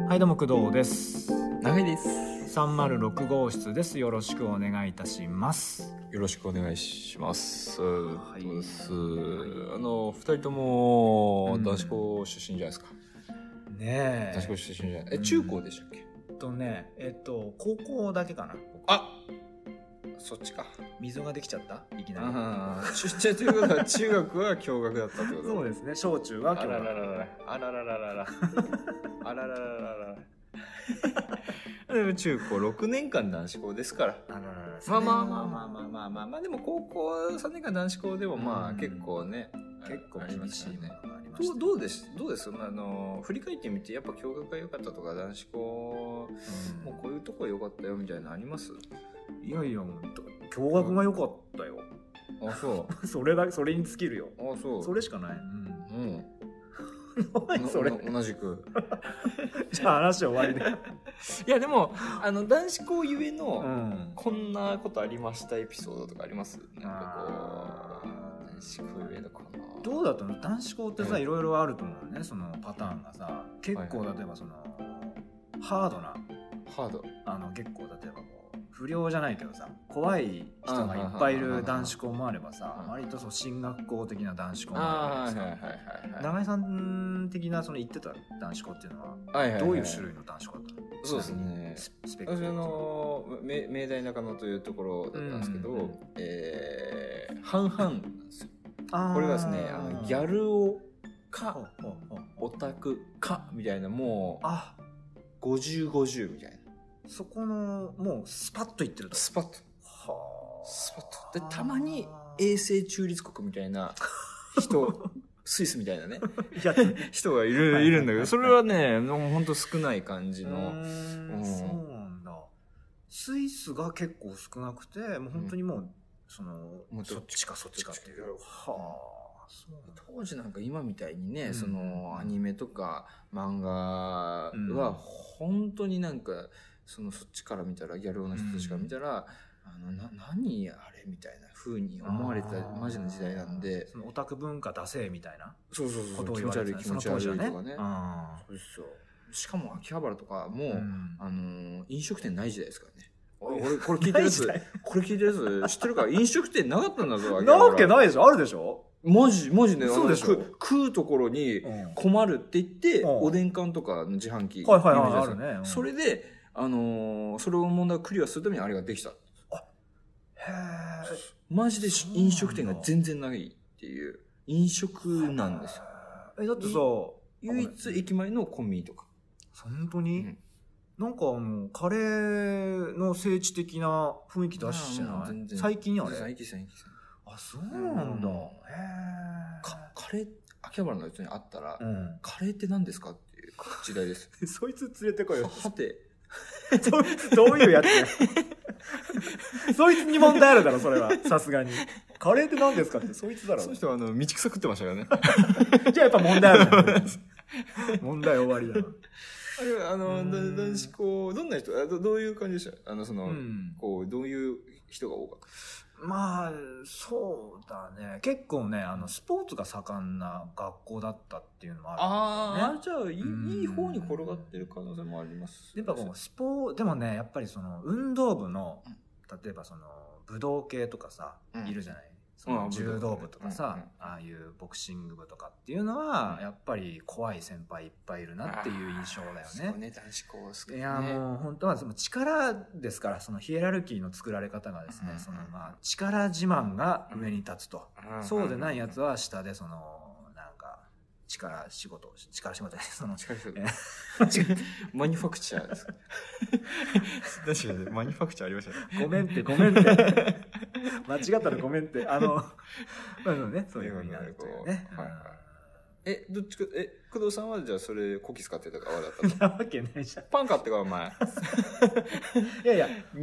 はいどうも工藤です。 長いです。 306号室です。よろしくお願いいたします。 よろしくお願いします。 はい、 2人とも男子校出身じゃないですか。 ねえ。 男子校出身じゃない。中高でしたっけ？ 高校だけかな。 あ、そっちか。 溝ができちゃった。いきなり。 出身ということは中学は共学だったってこと？ そうですね。小中は共学。 あららららあらららららあららららら。でも中高6年間男子校ですから。まあでも高校3年間男子校でもまあ結構ね、 結構厳しいね。 どうです振り返ってみてやっぱ共学が良かったとか男子校もうこういうとこ良かったよみたいなのあります？ いや共学が良かったよ。 あ、そうそれに尽きるよ。 あ、そうそれしかない。 それ同じくじゃあ話終わりで。 いやでも男子校ゆえのこんなことありましたエピソードとかあります？なんかこう男子校ゆえのこのどうだったの？男子校ってさ、いろいろあると思うね。そのパターンがさ結構、例えばそのハード結構例えばこう不良じゃないけどさ怖い人がいっぱいいる男子校もあればさ、割とそう進学校的な男子校もあるわけですさ。長井さん的なその行ってた男子校っていうのはどういう種類の男子校だったの？ そうですね。 スペック私明大中野というところだったんですけど、半々なんですよ。これがですねギャル男かオタクかみたいな、もう50-50みたいな。 そこのもうスパッといってると。 スパッとでたまに永世中立国みたいな人スイスみたいなね人がいるんだけど、それはねもうほんと少ない感じの。 そうなんだ。スイスが結構少なくて、もう本当にもうそっちかっていう。 当時なんか今みたいにね、そのアニメとか漫画は本当になんかそっちから見たら、ギャルの人たちから見たら、何あれみたいな風に思われたマジな時代なんで、 そのオタク文化出せみたいなことを言われてた。気持ち悪いとかね。そうですよ。しかも秋葉原とかも飲食店ない時代ですからね。俺これ聞いてるやつ知ってるか？飲食店なかったんだぞ。 なわけないでしょ。あるでしょ。 マジね。 そうでしょ。 食うところに困るって言っておでん缶とかの自販機あるね。 それでそれを問題をクリアするためにあれができた。へえ。マジで飲食店が全然ないっていう飲食なんですよ。 だってさ、 唯一駅前のコンビニとか。 本当に？なんかカレーの聖地的な雰囲気出してない？最近あれ？ 最近。 あ、そうなんだ。へえ。 カレー秋葉原の人に会ったら、カレーって何ですかっていう時代です。 そいつ連れてこいよ。 はて。 どういうやつ？そいつに問題あるだろ、それは。さすがに。カレーって何ですかって、そいつだろ。 その人は道草食ってましたからね。 じゃあやっぱ問題ある。問題終わりだな。 あれは男子校どんな人、どういう感じでした？こうどういう人が多かった？ まあそうだね。結構ねスポーツが盛んな学校だったっていうのもある、 じゃあいい方に転がってる可能性もあります。 やっぱこうでもね、やっぱりその運動部の例えばその武道系とかさ、いるじゃない。その柔道部とかさ、ああいうボクシング部とかっていうのはやっぱり怖い先輩いっぱいいるなっていう印象だよね。 そうね、男子校好きね。 いやもう本当はその力ですから、そのヒエラルキーの作られ方がですね、その力自慢が上に立つと、そうでないやつは下でそのなんか力仕事じゃない、そのマニファクチャーですか？確かにマニファクチャーありましたね。 ごめんって間違ったらごめんってそういう風になるというね。 どっちか工藤さんはじゃあそれコキ使ってたか泡だったなわけないじゃん。 パン買ってこいお前。 いや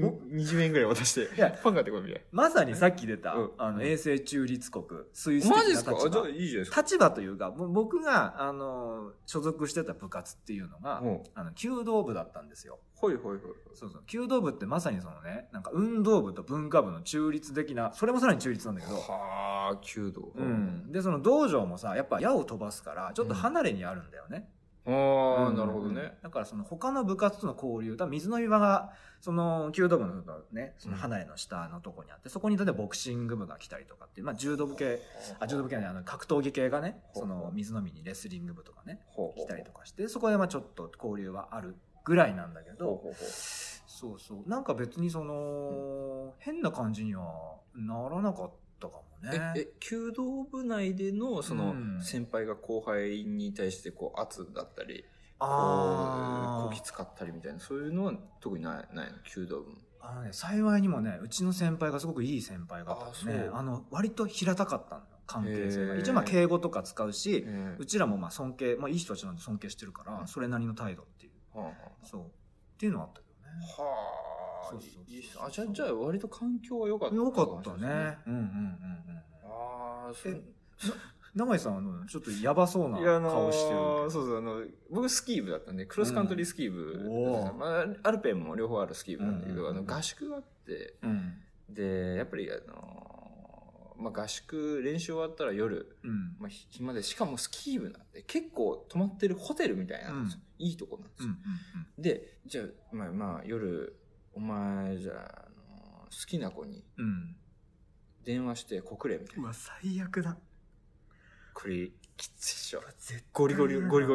20円ぐらい渡してパン買ってこいみたいな。 まさにさっき出た永世中立国スイス的な立場。 マジですか？じゃあいいじゃないですか。 立場というか僕が所属してた部活っていうのが弓道部だったんですよ。 そう弓道部ってまさにそのね、なんか運動部と文化部の中立的な、それもさらに中立なんだけど、 弓道。 でその道場もさ、やっぱ矢を飛ばすからちょっと離れにあるんだよね。 ああ、なるほどね。 だからその他の部活との交流、水飲み場が、その弓道部のね、その離れの下のとこにあって、そこに例えばボクシング部が来たりとかっていう、柔道部系、柔道部系は格闘技系がね、その水飲みにレスリング部とかね、来たりとかして、そこでちょっと交流はあるぐらいなんだけど、そうそう。なんか別にその、変な感じにはならなかったかもね。 弓道部内でのその先輩が後輩に対してこう圧だったり、こき使ったりみたいな、そういうのは特にないの、弓道部。 幸いにもね、うちの先輩がすごくいい先輩方でね、割と平たかったのよ、関係性が。一応敬語とか使うし、うちらも尊敬、いい人たちなんで尊敬してるから、それなりの態度っていう。そう。っていうのはあったけどね。 はあ。じゃあ割と環境は良かった。 良かったね。ああ、永井さんはちょっとヤバそうな顔してる。 そう僕スキー部だったんで、クロスカントリースキー部、アルペンも両方あるスキー部なんだけど、合宿があって、で、やっぱり合宿練習終わったら夜、暇で、しかもスキー部なんで結構泊まってるホテルみたいなんですよ。いいとこなんですよ。で、じゃあ夜お前じゃあ好きな子に電話して告れみたいな。 うわ最悪だ。 これきついっしょ。ゴリゴリの先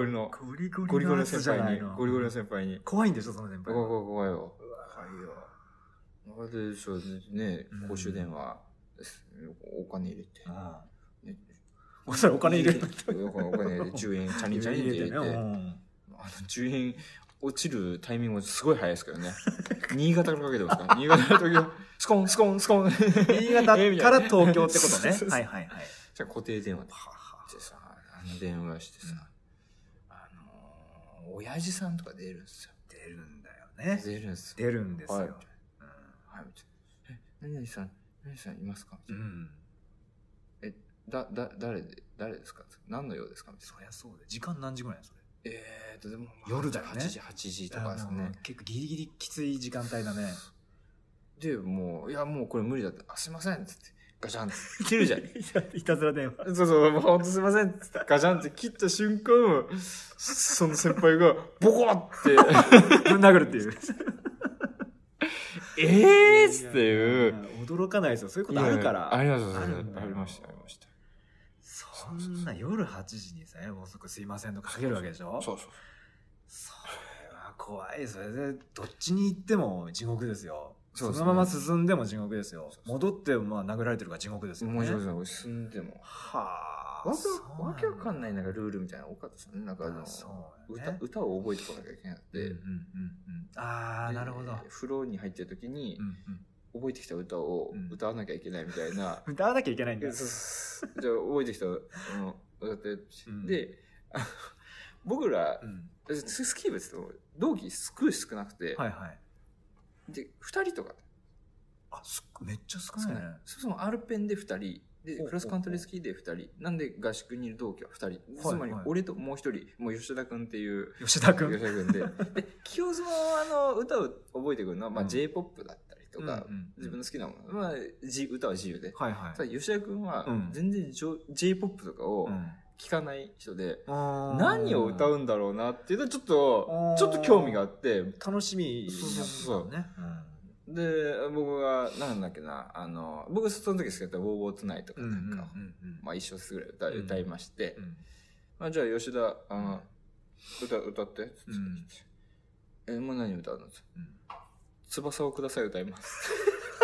輩に怖いんでしょその先輩。 怖いよ。でね、公衆電話お金入れて。 それお金入れて。 お金入れて10円チャリンチャリンって入れて。10円落ちるタイミングもすごい早いですけどね。新潟からかけてますから。新潟から東京、スコン。 新潟から東京ってことね。はい。 じゃあ固定電話でさ、電話してさ、親父さんとか出るんですよ。 出るんだよね。 出るんですよ。はい。何々さんいますか？誰ですか？何の用ですか？ そりゃそうで。時間何時ぐらいそれ？ でも夜だよね。 8時とかですね。 結構ギリギリきつい時間帯だね。 で、もうこれ無理だって、すいませんっつって、ガチャンって切るじゃん。 いたずら電話。 そう、もうほんとすいませんっつって、ガチャンって切った瞬間、その先輩が、ボコってぶん殴るっていう。 つっていう。 驚かないですよ。そういうことあるから。 ありました。 そんな夜8時にさ、遅くすいませんとかけるわけでしょ？そう。それは怖い。それで、どっちに行っても地獄ですよ。そのまま進んでも地獄ですよ。戻って殴られてるから地獄ですよね。 もちろん進んでも。わけわかんないルールみたいなの多かったですよね。歌を覚えてこなきゃいけなくて。 なるほど。 風呂に入ってる時に、覚えてきた歌を歌わなきゃいけないみたいな。 歌わなきゃいけないんだ。じゃあ覚えてきた歌って、で、僕ら、スキー部って同期すごい少なくて、で、2人とか。 めっちゃ少ないね。 そもアルペンで2人、で、クロスカントリースキーで2人。なんで合宿にいる同期は2人。つまり、俺ともう1人、もう吉田くんっていう。 吉田くんで、清津の歌を覚えてくるのは、J-POP だったりとか、自分の好きなもの。歌は自由で。ただ、吉田くんは、全然 J-POP とかを聴かない人で、何を歌うんだろうなっていうと、ちょっと興味があって。 楽しみ。 そうね。で、僕が、なんだっけな、僕その時好きだったウォーウォートナイトとかなんかを、一小節ぐらい歌いまして、じゃあ吉田、歌って、もう何歌うの？翼をください歌います。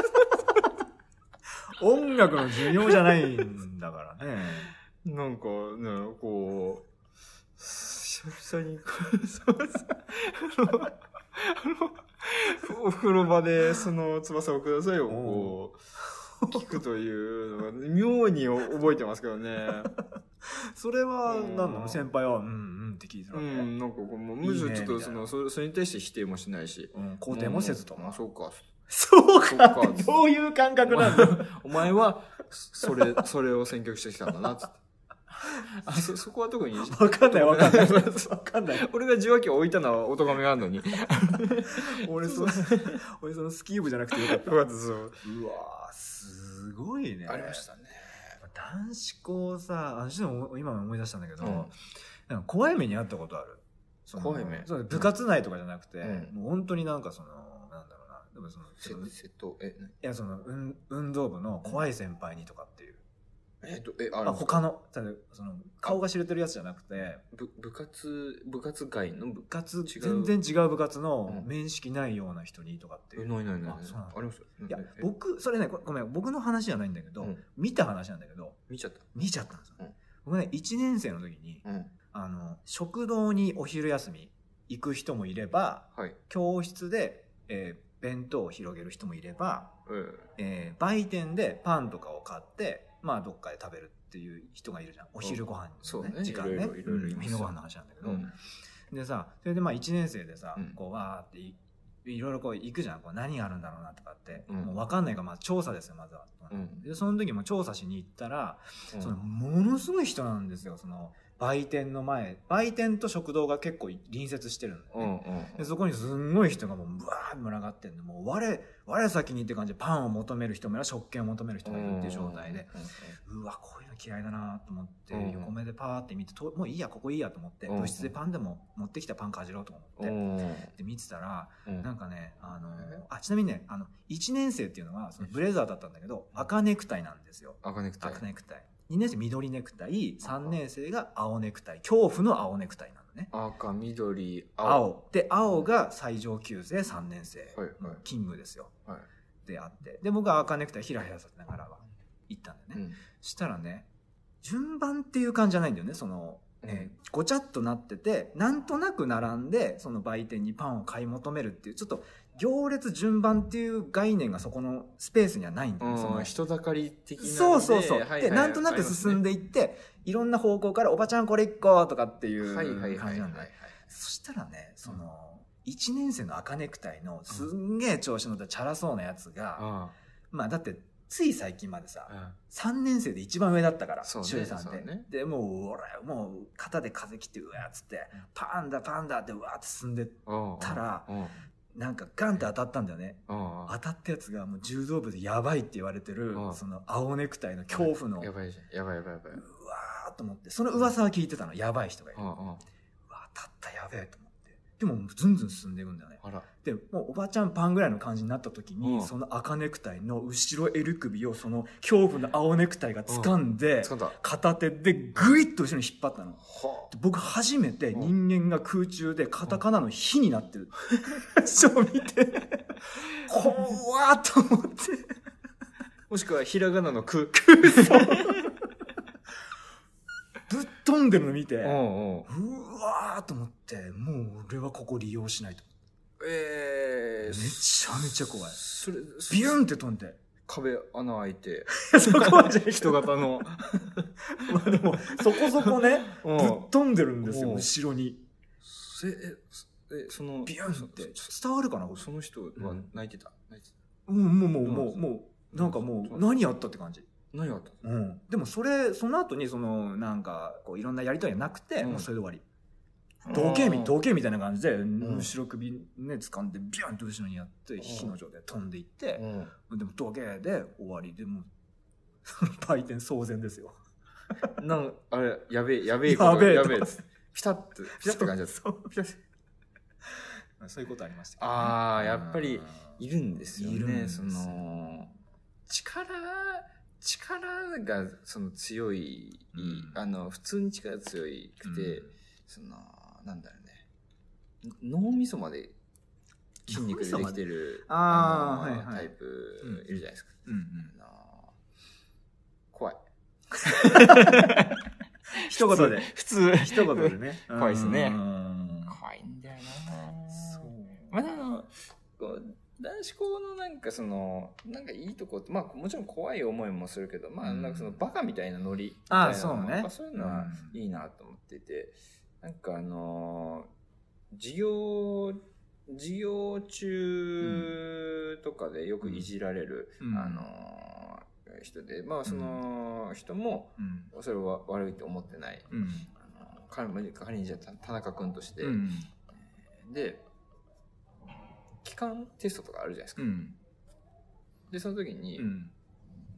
音楽の授業じゃないんだからね。 なんかね、こう、久々に、お風呂場でその翼をくださいをこう聞くというのが妙に覚えてますけどね。 それは何なの？先輩はって聞いてるわけ。 なんかむしろちょっとそれに対して否定もしないし、 肯定もせずと。 そうかどういう感覚なんだ。 お前はそれを選曲してきたんだなっつって。そこは特にわかんない。 俺が受話器を置いたのはお咎めがあるのに。 俺そのスキー部じゃなくてよかった。うわすごいね。 ありましたね。 男子校さ、私でも今思い出したんだけど、なんか怖い目にあったことある。 怖いね。 部活内とかじゃなくて、もう本当になんかなんだろうな、でも窃盗、 いや運動部の怖い先輩にとかっていう。他の顔が知れてるやつじゃなくて、 部活外の全然違う部活の面識ないような人にとかっていう。 ない。ありますよ。いや僕それね、ごめん、僕の話じゃないんだけど、見た話なんだけど、見ちゃったんですよ。僕ね、1年生の時に食堂にお昼休み行く人もいれば、教室で弁当を広げる人もいれば、売店でパンとかを買ってまあどっかで食べるっていう人がいるじゃん、お昼ご飯のね、時間ね、昼ご飯の話なんだけど、でさ、それでまあ1年生でさ、こうわーっていろいろこう行くじゃん、こう何があるんだろうなとかって、もう分かんないから、まあ調査ですよまずは、でその時も調査しに行ったら、ものすごい人なんですよ。売店と食堂が結構隣接してるんだよね、でそこにすんごい人がもうブワーッ群がってんの、もう我先にって感じでパンを求める人もいれば食券を求める人もいるっていう状態で、うわこういうの嫌いだなと思って、横目でパーって見て、もういいやここいいやと思って、部室でパンでも持ってきたパンかじろうと思ってで見てたら、なんかねちなみにね1年生っていうのはブレザーだったんだけど赤ネクタイなんですよ。赤ネクタイ2年生緑ネクタイ、3年生が青ネクタイ、恐怖の青ネクタイなのね。 赤緑青で、青が最上級生3年生、キングですよ、であって、で僕は赤ネクタイひらひらさせながらは行ったんだよね、したらね、順番っていう感じじゃないんだよね。ごちゃっとなってて、なんとなく並んでその売店にパンを買い求めるっていう、ちょっと行列順番っていう概念がそこのスペースにはないんだよ。 人だかり的なので。そうで、なんとなく進んでいって、いろんな方向からおばちゃんこれ1個とかっていう感じなんだよ。そしたらね、1年生の赤ネクタイのすんげえ調子乗ったチャラそうなやつが、まあだってつい最近までさ、3年生で一番上だったから、中3で。で、もう肩で風切ってうわーっつって、パンダってうわーって進んでったら、なんかガンって当たったんだよね。当たったやつがもう柔道部でやばいって言われてる、青ネクタイの恐怖の。 やばい。うわーと思って、その噂は聞いてたの、やばい人がいる。うわ、当たったやべえと思って。でもずんずん進んでいくんだよね。で、もうおばちゃんパンぐらいの感じになった時に、その赤ネクタイの後ろ襟首をその恐怖の青ネクタイが掴んで、片手でグイッと後ろに引っ張ったの。僕初めて人間が空中でカタカナの火になってる。そう見て、怖ーと思って。 もしくはひらがなのく。 ぶっ飛んでるの見て、うわーと思って、もう俺はここ利用しないと。めちゃめちゃ怖い。ビューンって飛んで。 壁穴開いて。 そこはじゃ人型の。 まあでも、そこそこね、ぶっ飛んでるんですよ、後ろに。ビューンって。伝わるかな、 その人は泣いてた。 もう、なんかもう、何やったって感じ。 何があったでもその後になんかこういろんなやりとりはなくて、もうそれで終わり。時計みたいな感じで後ろ首ね掴んでビュンと後ろにやって火の状態で飛んでいって、でも時計で終わりで、もう売店騒然ですよ。 あれやべえピタッって感じだった。 そういうことありましたけどね。やっぱりいるんですよね。力が強い、普通に力が強くて、なんだろうね、脳みそまで筋肉でできてるタイプいるじゃないですか。怖い。 一言で。 普通。 一言でね。 怖いですね。怖いんだよな。そう。まだ男子校のなんかいいとこって、まあもちろん怖い思いもするけど、まあなんかバカみたいなノリみたいな、そういうのはいいなと思っていて、なんか授業中とかでよくいじられる、人で、まあその人もそれは悪いと思ってない、仮にじゃあ田中君として、で期間テストとかあるじゃないですか、でその時に、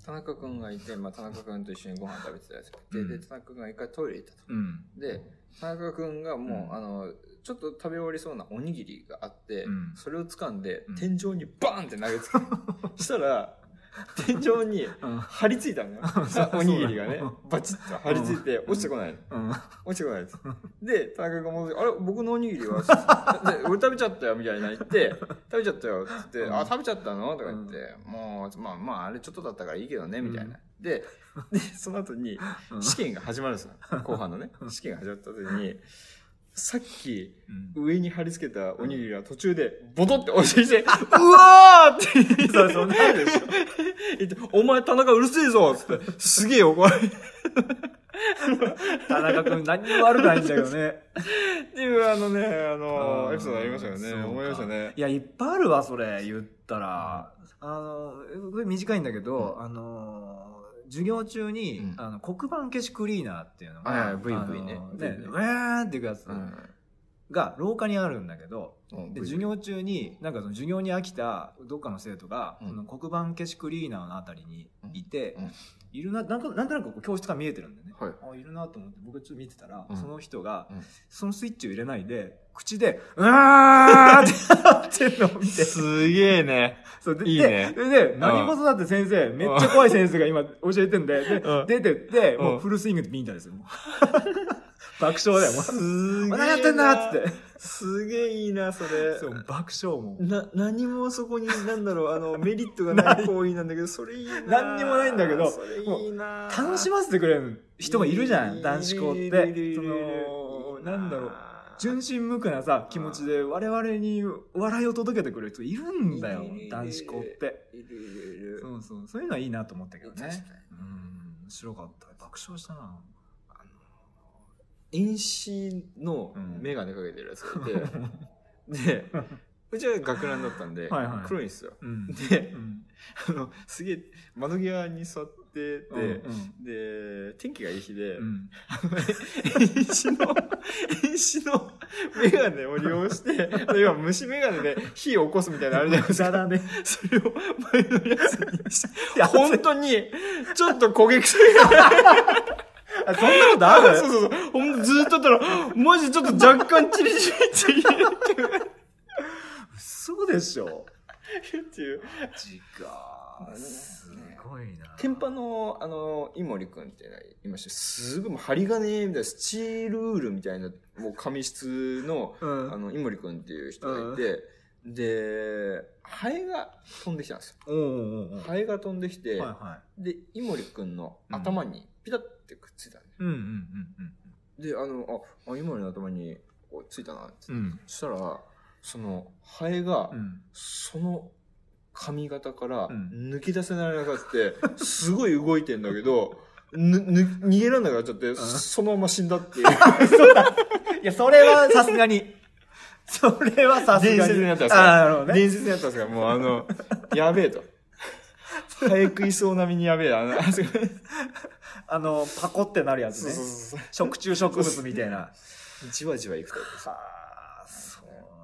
田中君がいて、田中君と一緒にご飯食べてたやつがいて、で、田中君が一回トイレ行ったと。で、田中君がもう、ちょっと食べ終わりそうなおにぎりがあって、それを掴んで、天井にバーンって投げつける。したら、天井に張り付いたのよ。おにぎりがね、バチッと張り付いて落ちてこないの。落ちてこないです。で、田中君も、あれ僕のおにぎりはで、俺食べちゃったよみたいな言って、食べちゃったよって言って、あ、食べちゃったのとか言って、もう、あれちょっとだったからいいけどね、みたいな。で、その後に試験が始まるんですよ。後半のね。試験が始まった時に、さっき上に貼り付けたおにぎりが途中でボトって落ちてきて、うわーって言って、そうなるでしょ。言って、お前田中うるせえぞつって、すげえ怒られて。 田中くん何にも悪くないんだけどね。 っていうエピソードありましたよね。思いましたね。 いや、いっぱいあるわ、それ言ったら。これ短いんだけど、授業中に、黒板消しクリーナーっていうのが、 ブイブイね。 ウェーンっていくやつが廊下にあるんだけど、で、授業中に、なんかその授業に飽きたどっかの生徒が、この黒板消しクリーナーのあたりにいて、いるな、なんとなく教室が見えてるんでね。あ、いるなと思って僕ちょっと見てたら、その人が、そのスイッチを入れないで、口で、うわーってなってんのを見て。 すげえね。 そうで、 いいね。 で、何事だって先生、めっちゃ怖い先生が今教えてんで、出てって、もうフルスイングでビンタですよ。爆笑だよ、もう。 すげえ。 何やってんだっつって。 すげえいいな、それ。 そう、爆笑も。 何もそこに、メリットがない行為なんだけど、それいいな。 何にもないんだけど、 それいいな。 楽しませてくれる人がいるじゃん、男子校って。なんだろう。純真無垢なさ、気持ちで我々に笑いを届けてくれる人いるんだよ、男子校って。 いる。 そういうのはいいなと思ったけどね。面白かった。爆笑したな。 遠視のメガネかけてるやつがいて、で、うちは学ランだったんで、黒いんですよ。で、すげえ窓際に座ってて、で、天気がいい日で、遠視のメガネを利用して、要は虫メガネで火を起こすみたいなのあるじゃないですか。ね、それを前のやつにして、本当に、ちょっと焦げ臭い。 そんなことある？ そう。ほんとずーっとやったら、マジちょっと若干チリチリって言えて。 嘘でしょっていう。 すごいな。 天パの、井森くんっていまして、すごいもう針金みたいな、スチールウールみたいな、もう紙質の、井森くんっていう人がいて、で、ハエが飛んできたんですよ。ハエが飛んできて、で、井森くんの頭にピタッてくっついたんで。で、井森の頭についたなって。そしたら、その、ハエが、その髪型から抜き出せられなくて、すごい動いてんだけど、逃げられなくなっちゃって、そのまま死んだっていう。 そうだ。いや、それはさすがに。それはさすがに。 伝説になったんですか？伝説になったんですか？もうやべえと。ハエ食いそう並みにやべえ。 パコってなるやつね。食虫植物みたいな。 じわじわいくタイプです。 そう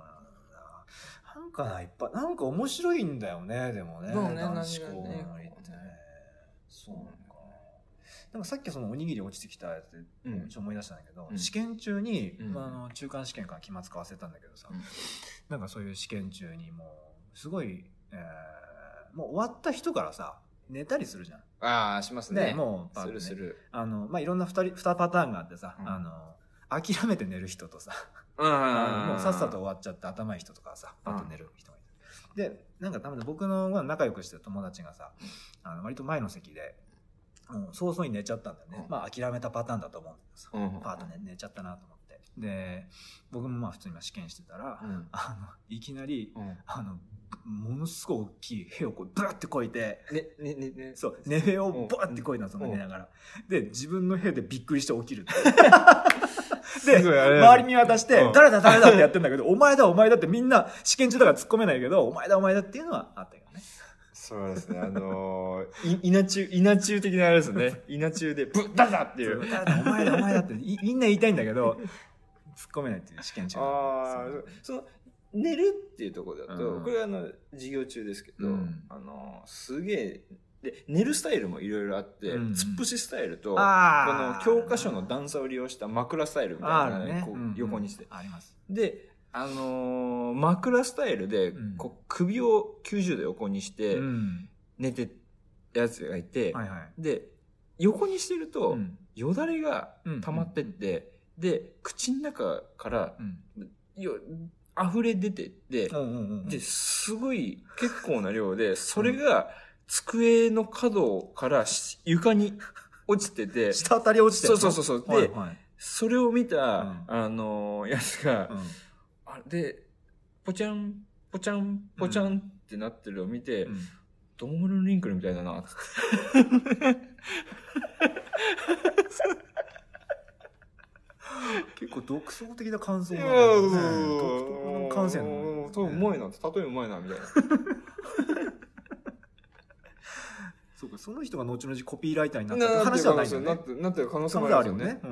なんだ。いっぱい、なんか面白いんだよね、でもね。男子校のノリって。そうなんか。なんかさっきそのおにぎり落ちてきたやつで、思い出したんだけど、試験中に、中間試験か期末か忘れたんだけどさ、なんかそういう試験中にもう、すごい、もう終わった人からさ、寝たりするじゃん。 ああ、しますね。 もう、する。 いろんな2パターンがあってさ、諦めて寝る人とさ、もうさっさと終わっちゃって頭いい人とかさ、パッと寝る人がいる。で、なんかたまに僕の仲良くしてる友達がさ、割と前の席で、早々に寝ちゃったんだよね。諦めたパターンだと思うんだけどさ、パーッと寝ちゃったなと思って。で、僕も普通に試験してたら、いきなり、ものすごい大きい屁をブラってこいて、そう、寝屁をブワってこいたの、その寝ながら。で、自分の屁でびっくりして起きる。で、周り見渡して、誰だってやってんだけど、お前だってみんな試験中だから突っ込めないけど、お前だっていうのはあったけどね。 そうですね。稲中的なあれですね。稲中で、誰だっていう。 お前だってみんな言いたいんだけど、突っ込めないっていう試験中。 寝るっていうところだと、これは授業中ですけど、すげえで、寝るスタイルもいろいろあって、突っ伏しスタイルと、この教科書の段差を利用した枕スタイルみたいなのね、 こう横にして。 あります。 で、枕スタイルで、こう首を90度横にして、寝てるやつがいて、で、横にしてると、よだれが溜まってって、で、口の中から、溢れ出てって、で、すごい結構な量で、それが机の角から床に落ちてて、 下当たり落ちてる。 そう。で、それを見た、やつが、で、ポチャン、ポチャン、ポチャンってなってるのを見て、ドームリンクルみたいだな、つって。 結構独創的な感想だね。独特の感性の。 うまいなって、例えうまいな、みたいな。 そうか、その人が後々コピーライターになったって話はないんだね。 なってる可能性もあるよね。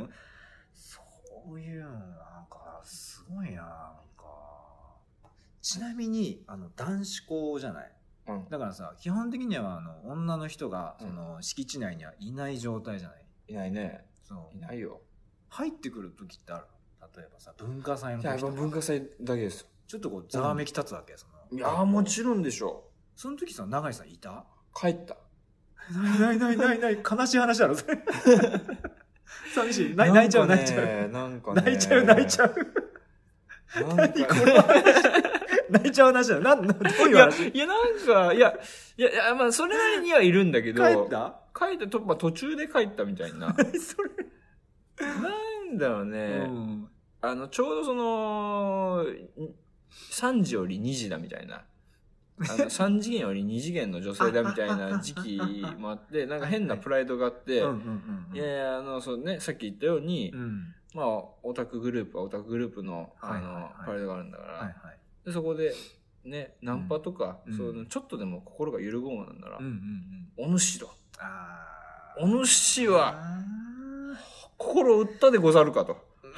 そういうの、なんか、すごいな、なんか。ちなみに、男子校じゃない。だからさ、基本的には、女の人が、敷地内にはいない状態じゃない。 いないね。 そう。 いないよ。 入ってくる時ってある？例えばさ、文化祭の時とか。いや、文化祭だけです。 ちょっとこう、ざわめき立つわけ、 いや、もちろんでしょう。 その時さ、永井さんいた？ 帰った。 ない、悲しい話だろ、それ。寂しい。泣いちゃう。 なんかね。 泣いちゃう。何この話。泣いちゃう話だよ。どういう話？ いや、まあ、それなりにはいるんだけど。 帰った、 まあ、途中で帰ったみたいな。 それ。 なんだろうね。ちょうど3時より2時だみたいな。3次元より2次元の女性だみたいな時期もあって、なんか変なプライドがあって、いや、そうね、さっき言ったように、まあ、オタクグループはオタクグループの、プライドがあるんだから、でそこで、ね、ナンパとか、ちょっとでも心が揺るぐものなんなら、お主だ。お主は、心を打ったでござるかと。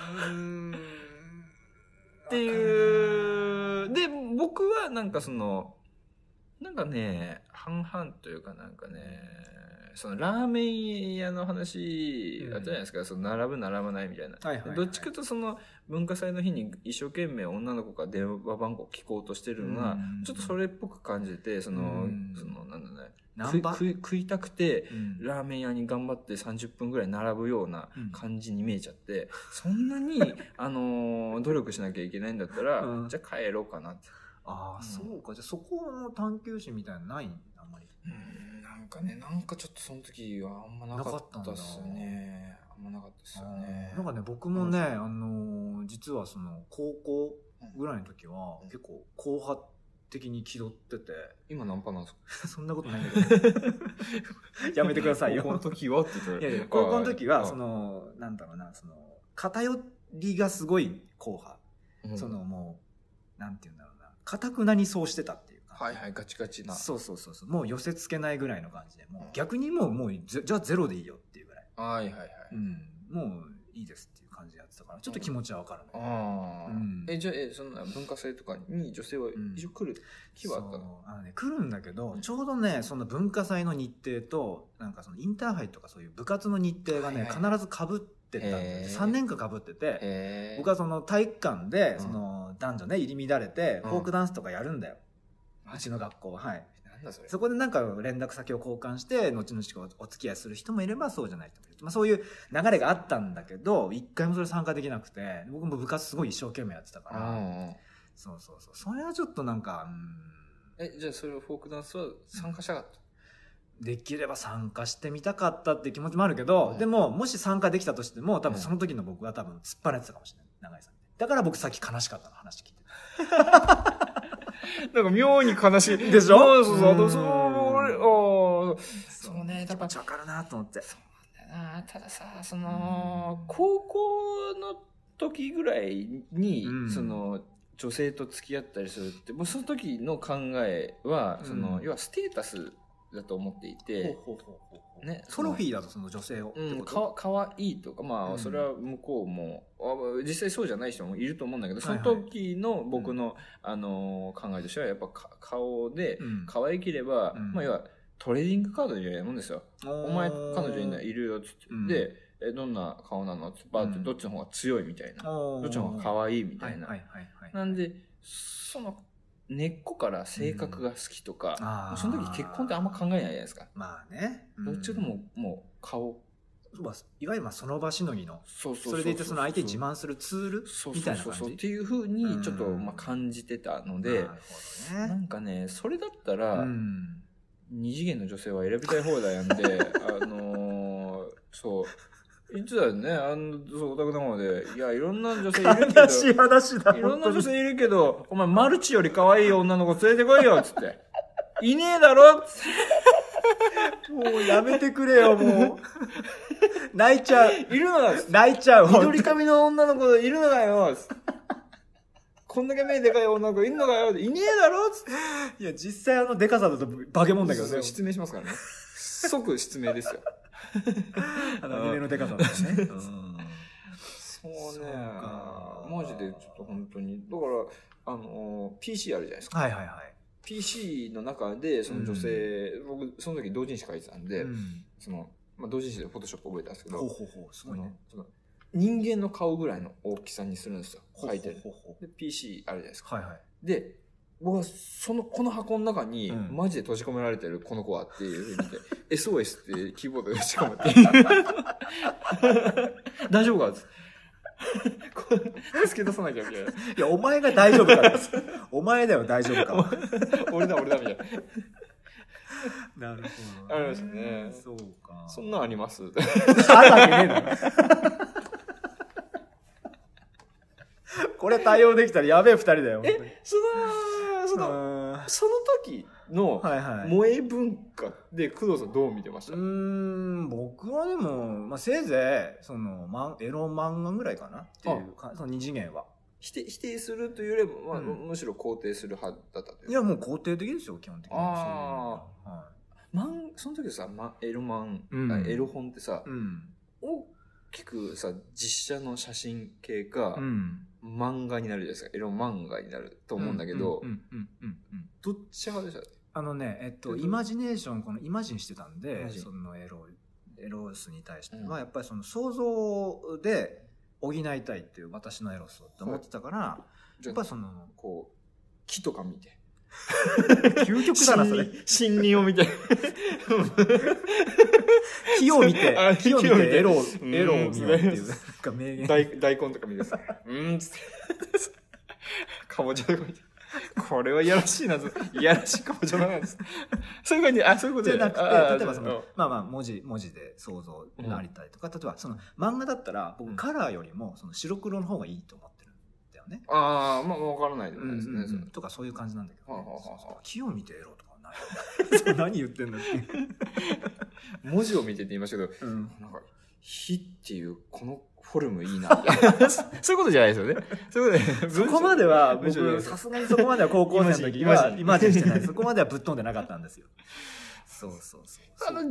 っていう。で、僕はなんかなんかね、半々というかなんかね、ラーメン屋の話あったじゃないですか、並ぶ並ばないみたいな。どっちかと文化祭の日に一生懸命女の子が電話番号聞こうとしてるのが、ちょっとそれっぽく感じて、なんだね。食いたくて、ラーメン屋に頑張って30分ぐらい並ぶような感じに見えちゃって、そんなに、努力しなきゃいけないんだったら、じゃあ帰ろうかなって。 ああ、そうか。じゃあそこの探求心みたいなのないあんまり。 なんかちょっとその時はあんまなかったっすよね。なんかね、僕もね、実は高校ぐらいの時は、結構硬派的に気取ってて。 今ナンパなんですか？そんなことないんだけど。やめてくださいよ。 高校の時はって言ったら。 いや高校の時は、なんだろうな、偏りがすごい硬派。もう、なんていうんだろうな、堅くなにそうしてたっていうか。 ガチガチな。 そう。もう寄せ付けないぐらいの感じで、もう逆にもう、じゃあゼロでいいよっていうぐらい。もういいですっていう感じでやってたから、ちょっと気持ちはわかるね。 じゃあ、そんな文化祭とかに女性は一応来る気はあったの？ 来るんだけど、ちょうどね、その文化祭の日程と、なんかインターハイとかそういう部活の日程がね、必ず被ってたんで、3年間被ってて、僕は体育館で、男女ね、入り乱れて、フォークダンスとかやるんだよ。うちの学校は。そこでなんか連絡先を交換して、後々お付き合いする人もいればそうじゃない人もいる。まあそういう流れがあったんだけど、一回もそれ参加できなくて、僕も部活すごい一生懸命やってたから、そう。それはちょっとなんか、 じゃあそれをフォークダンスは参加したかった？ できれば参加してみたかったっていう気持ちもあるけど、でも、もし参加できたとしても、多分その時の僕は多分突っ張れてたかもしれない。永井さん。だから僕さっき悲しかったの話聞いて。 なんか妙に悲しい。 でしょ？ そうね、 気持ちわかるなと思って。 そうなんだよな。たださ、高校の時ぐらいに、女性と付き合ったりするって、もうその時の考えは、要はステータスだと思っていて、 ね、トロフィーだとその女性を。 かわいいとか、まあ、それは向こうも、実際そうじゃない人もいると思うんだけど、その時の僕の、考えとしては、やっぱ顔で、可愛ければ、まあ、要は、 トレーディングカードみたいなもんですよ。お前彼女いるよっつって、うん、でどんな顔なのってバーってどっちの方が強いみたいな、どっちの方が可愛いみたいな、なんでその根っこから性格が好きとか、その時結婚ってあんま考えないじゃないですか。 まあね、 どっちでももう顔、 いわゆるその場しのぎの、それで言ってその相手に自慢するツールみたいな感じっていう風にちょっと感じてたので、なんかねそれだったら二次元の女性は選びたい放題なんでそういつだよね、そうオタクの方で、いやいろんな女性いるけど、 悲しい話だ、 いろんな女性いるけど、お前マルチより可愛い女の子連れてこいよっつって、いねえだろっつって。 もうやめてくれよ、もう。泣いちゃう。 いるのが、 泣いちゃう。 緑髪の女の子いるのかよ。こんだけ目でかい女の子いるのかよ。いねえだろつって。 いや、実際デカさだと化け物だけどね。 失明しますからね。即失明ですよ。 アニメのデカさだね。そうね。 マジでちょっと本当に。だから、PC あるじゃないですか。 はいはいはい。 PC の中で、その女性、僕、その時同人誌書いてたんで、同人誌でフォトショップ覚えたんですけど、 すごいね。 人間の顔ぐらいの大きさにするんですよ。書いてる。で、PC あるじゃないですか。 はいはい。 で、僕はこの箱の中に、マジで閉じ込められてるこの子はっていう風に見て、SOS ってキーボードで打ち込めて、大丈夫か助け出さなきゃみたいな。 いや、お前が大丈夫かです。お前だよ、大丈夫か。 俺だ、みたいな。なるほど。ありますね。 そうか。 そんなんあります？ あるわけねえだろ。これ対応できたらやべえ二人だよ。 その時の萌え文化で工藤さんどう見てました？ 僕はでも、せいぜいエロ漫画ぐらいかなっていうか、その二次元は否定するというよりも、むしろ肯定する派だったという。 いや、もう肯定的ですよ、基本的に。 その時さ、エロ本ってさ、大きくさ、実写の写真系か、漫画になるじゃないですか。エロ漫画になると思うんだけど、どっち派でした？ イマジネーション、イマジンしてたんで、そのエロスに対しては、やっぱりその想像で補いたいっていう私のエロスって思ってたから、やっぱこう、木とか見て。 究極だな、それ。 森林を見て。 木を見てエロを見ようっていう、名言。 大根とか見てさ、つって。かぼちゃとか見て。これはいやらしいな、いやらしいかぼちゃなんです。そういう感じ、そういうことじゃなくて、例えば文字で想像がありたりとか、例えば漫画だったら、僕カラーよりも白黒の方がいいと思ってるんだよね。 わからないでもないですね。 とかそういう感じなんだけど、木を見てエロとかない。何言ってんだって。 文字を見てって言いましたけど、なんか、火っていう、このフォルムいいな。そういうことじゃないですよね。そういうことで。 そこまでは、僕、さすがにそこまでは高校生の時は、イマジンしてない。そこまではぶっ飛んでなかったんですよ。そうそうそう。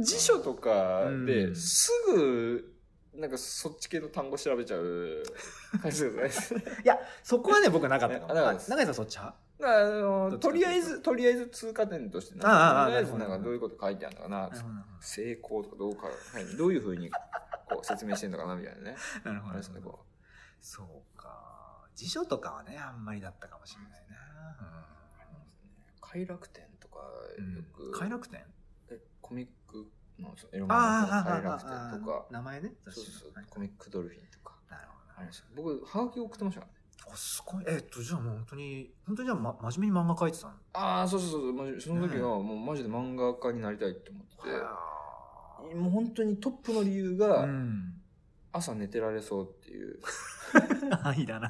辞書とかで、すぐ、なんかそっち系の単語調べちゃう感じですね。 いや、そこはね、僕なかったかも。長井さんそっち派？ とりあえず通過点として、とりあえずなんかどういうこと書いてあるのかな、成功とかどういうふうにこう説明してるのかなみたいなね。 なるほど。そうか。辞書とかはね、あんまりだったかもしれないな。 快楽天とかよく。 快楽天？ コミックのエロ漫画の快楽天とか。 名前ね。 そう。コミックドルフィンとか。 なるほど。僕、ハガキ送ってましたからね。 すごい。じゃあもう本当にじゃあ真面目に漫画描いてたの？ そう。その時はもうマジで漫画家になりたいって思ってて、もう本当にトップの理由が、朝寝てられそうっていう。 愛だな。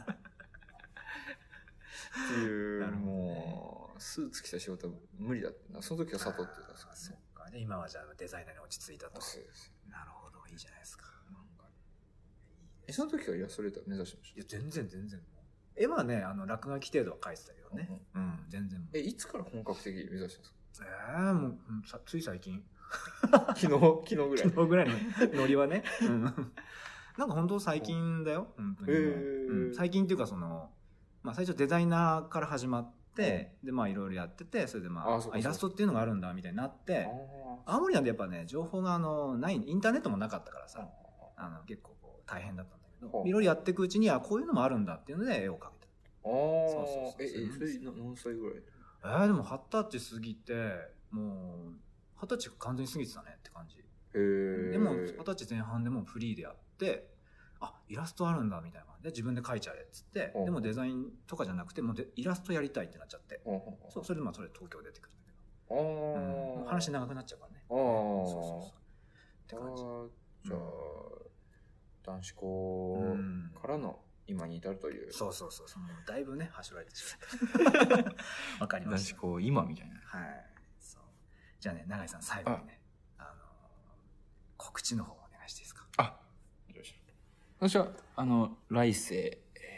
っていう、もう、スーツ着た仕事は無理だってな。その時は佐藤って言ったんですかね。 そうかね。今はじゃあデザイナーに落ち着いたと。 そうです。 なるほど。いいじゃないですか。 その時はイラストレーター目指してました？ いや、全然。絵はね、落書き程度は描いてたけどね。全然。 いつから本格的に目指したんですか？ もう、つい最近。 昨日ぐらい。 昨日ぐらいのノリはね。なんか本当最近だよ。本当に。最近っていうか最初デザイナーから始まって、でまあいろいろやってて、それでまあイラストっていうのがあるんだみたいになって、青森なんでやっぱね情報がない、インターネットもなかったからさ、結構こう大変だったんだけど、いろいろやっていくうちにこういうのもあるんだっていうので絵を描けた。 そうそれ何歳ぐらい？ でも20歳過ぎて、もう20歳完全に過ぎてたねって感じ。でも20歳前半でもフリーでやって、イラストあるんだみたいな。で自分で描いちゃえっつって、でもデザインとかじゃなくてもうイラストやりたいってなっちゃって、それでそれ東京出てくるんだけど、話長くなっちゃうからね。って感じ。 じゃあ男子校からの今に至るという。 そうだいぶねはしょられてしまったわかりました。 男子校今みたいな。 はい。そう。じゃあね、永井さん最後にね、告知の方お願いしていいですか？ 私は来世、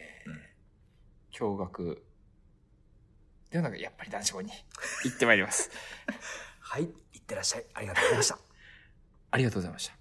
共学ではなくやっぱり男子校に行ってまいります。 はい、行ってらっしゃい。ありがとうございました。 ありがとうございました。